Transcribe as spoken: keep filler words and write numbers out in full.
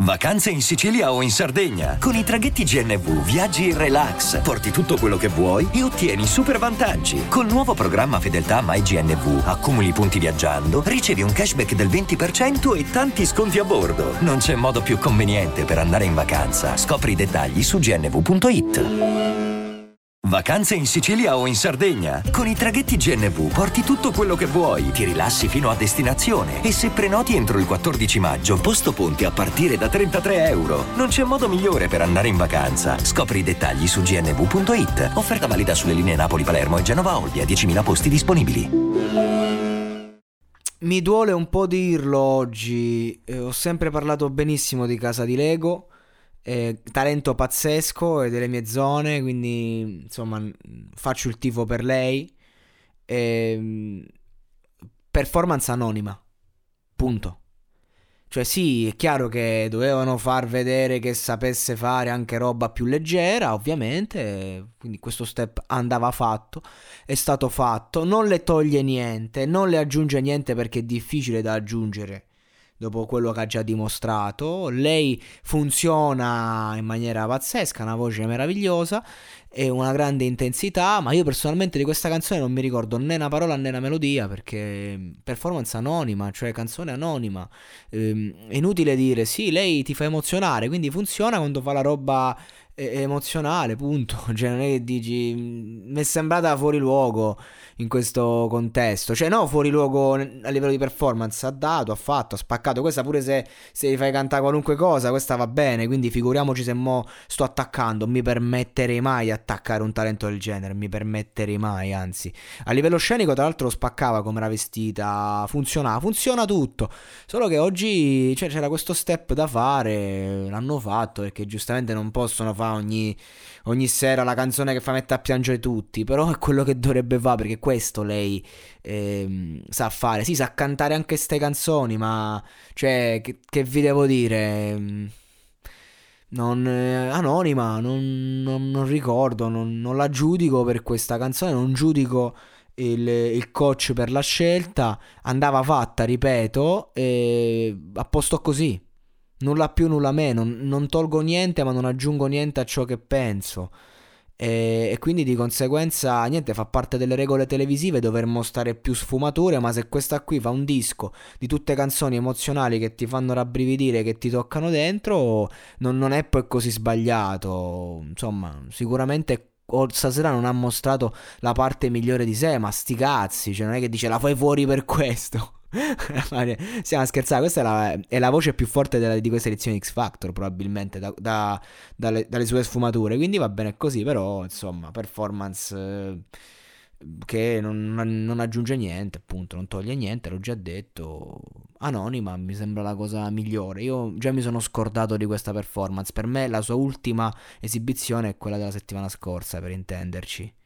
Vacanze in Sicilia o in Sardegna. Con i traghetti G N V viaggi in relax, porti tutto quello che vuoi e ottieni super vantaggi. Col nuovo programma Fedeltà MyGNV accumuli punti viaggiando, ricevi un cashback del venti per cento e tanti sconti a bordo. Non c'è modo più conveniente per andare in vacanza. Scopri i dettagli su g n v punto i t. Vacanze in Sicilia o in Sardegna. Con i traghetti G N V porti tutto quello che vuoi, ti rilassi fino a destinazione e se prenoti entro il quattordici maggio, posto ponti a partire da trentatré euro. Non c'è modo migliore per andare in vacanza. Scopri i dettagli su g n v punto i t. Offerta valida sulle linee Napoli-Palermo e Genova-Olbia, diecimila posti disponibili. Mi duole un po' dirlo oggi, eh, ho sempre parlato benissimo di Casa di Lego. Eh, talento pazzesco e delle mie zone, quindi insomma faccio il tifo per lei. Eh, performance anonima, punto. Cioè sì, è chiaro che dovevano far vedere che sapesse fare anche roba più leggera, ovviamente, quindi questo step andava fatto, è stato fatto, non le toglie niente, non le aggiunge niente perché è difficile da aggiungere dopo quello che ha già dimostrato. Lei funziona in maniera pazzesca, una voce meravigliosa e una grande intensità, ma io personalmente di questa canzone non mi ricordo né una parola né una melodia, perché performance anonima, cioè canzone anonima. Ehm, è inutile dire sì, lei ti fa emozionare, quindi funziona quando fa la roba eh, emozionale, punto. Cioè non è che dici mi è sembrata fuori luogo in questo contesto, cioè no, fuori luogo a livello di performance, ha dato, ha fatto, ha spaccato. Questa pure se, se fai cantare qualunque cosa, questa va bene, quindi figuriamoci se mo sto attaccando. Mi permetterei mai di attaccare un talento del genere, mi permetterei mai, anzi a livello scenico tra l'altro spaccava come era vestita, funzionava, funziona tutto, solo che oggi cioè, c'era questo step da fare, l'hanno fatto perché giustamente non possono fare ogni, ogni sera la canzone che fa mettere a piangere tutti, però è quello che dovrebbe fare, perché questo lei ehm, sa fare. Sì, sa cantare anche ste canzoni, ma cioè che, che vi devo dire, non eh, anonima, non, non, non ricordo, non, non la giudico per questa canzone, non giudico il, il coach per la scelta, andava fatta, ripeto, e a posto così, nulla più nulla meno, non, non tolgo niente ma non aggiungo niente a ciò che penso. E, e quindi di conseguenza niente, fa parte delle regole televisive dover mostrare più sfumature, ma se questa qui fa un disco di tutte canzoni emozionali che ti fanno rabbrividire, che ti toccano dentro, non, non è poi così sbagliato. Insomma, sicuramente stasera non ha mostrato la parte migliore di sé, ma sti cazzi, cioè non è che dice la fai fuori per questo. Stiamo scherzando, questa è la, è la voce più forte della, di questa edizione X Factor probabilmente da, da, dalle, dalle sue sfumature, quindi va bene così, però insomma performance eh, che non, non aggiunge niente, appunto, non toglie niente, l'ho già detto. Anonima mi sembra la cosa migliore. Io già mi sono scordato di questa performance, per me la sua ultima esibizione è quella della settimana scorsa, per intenderci.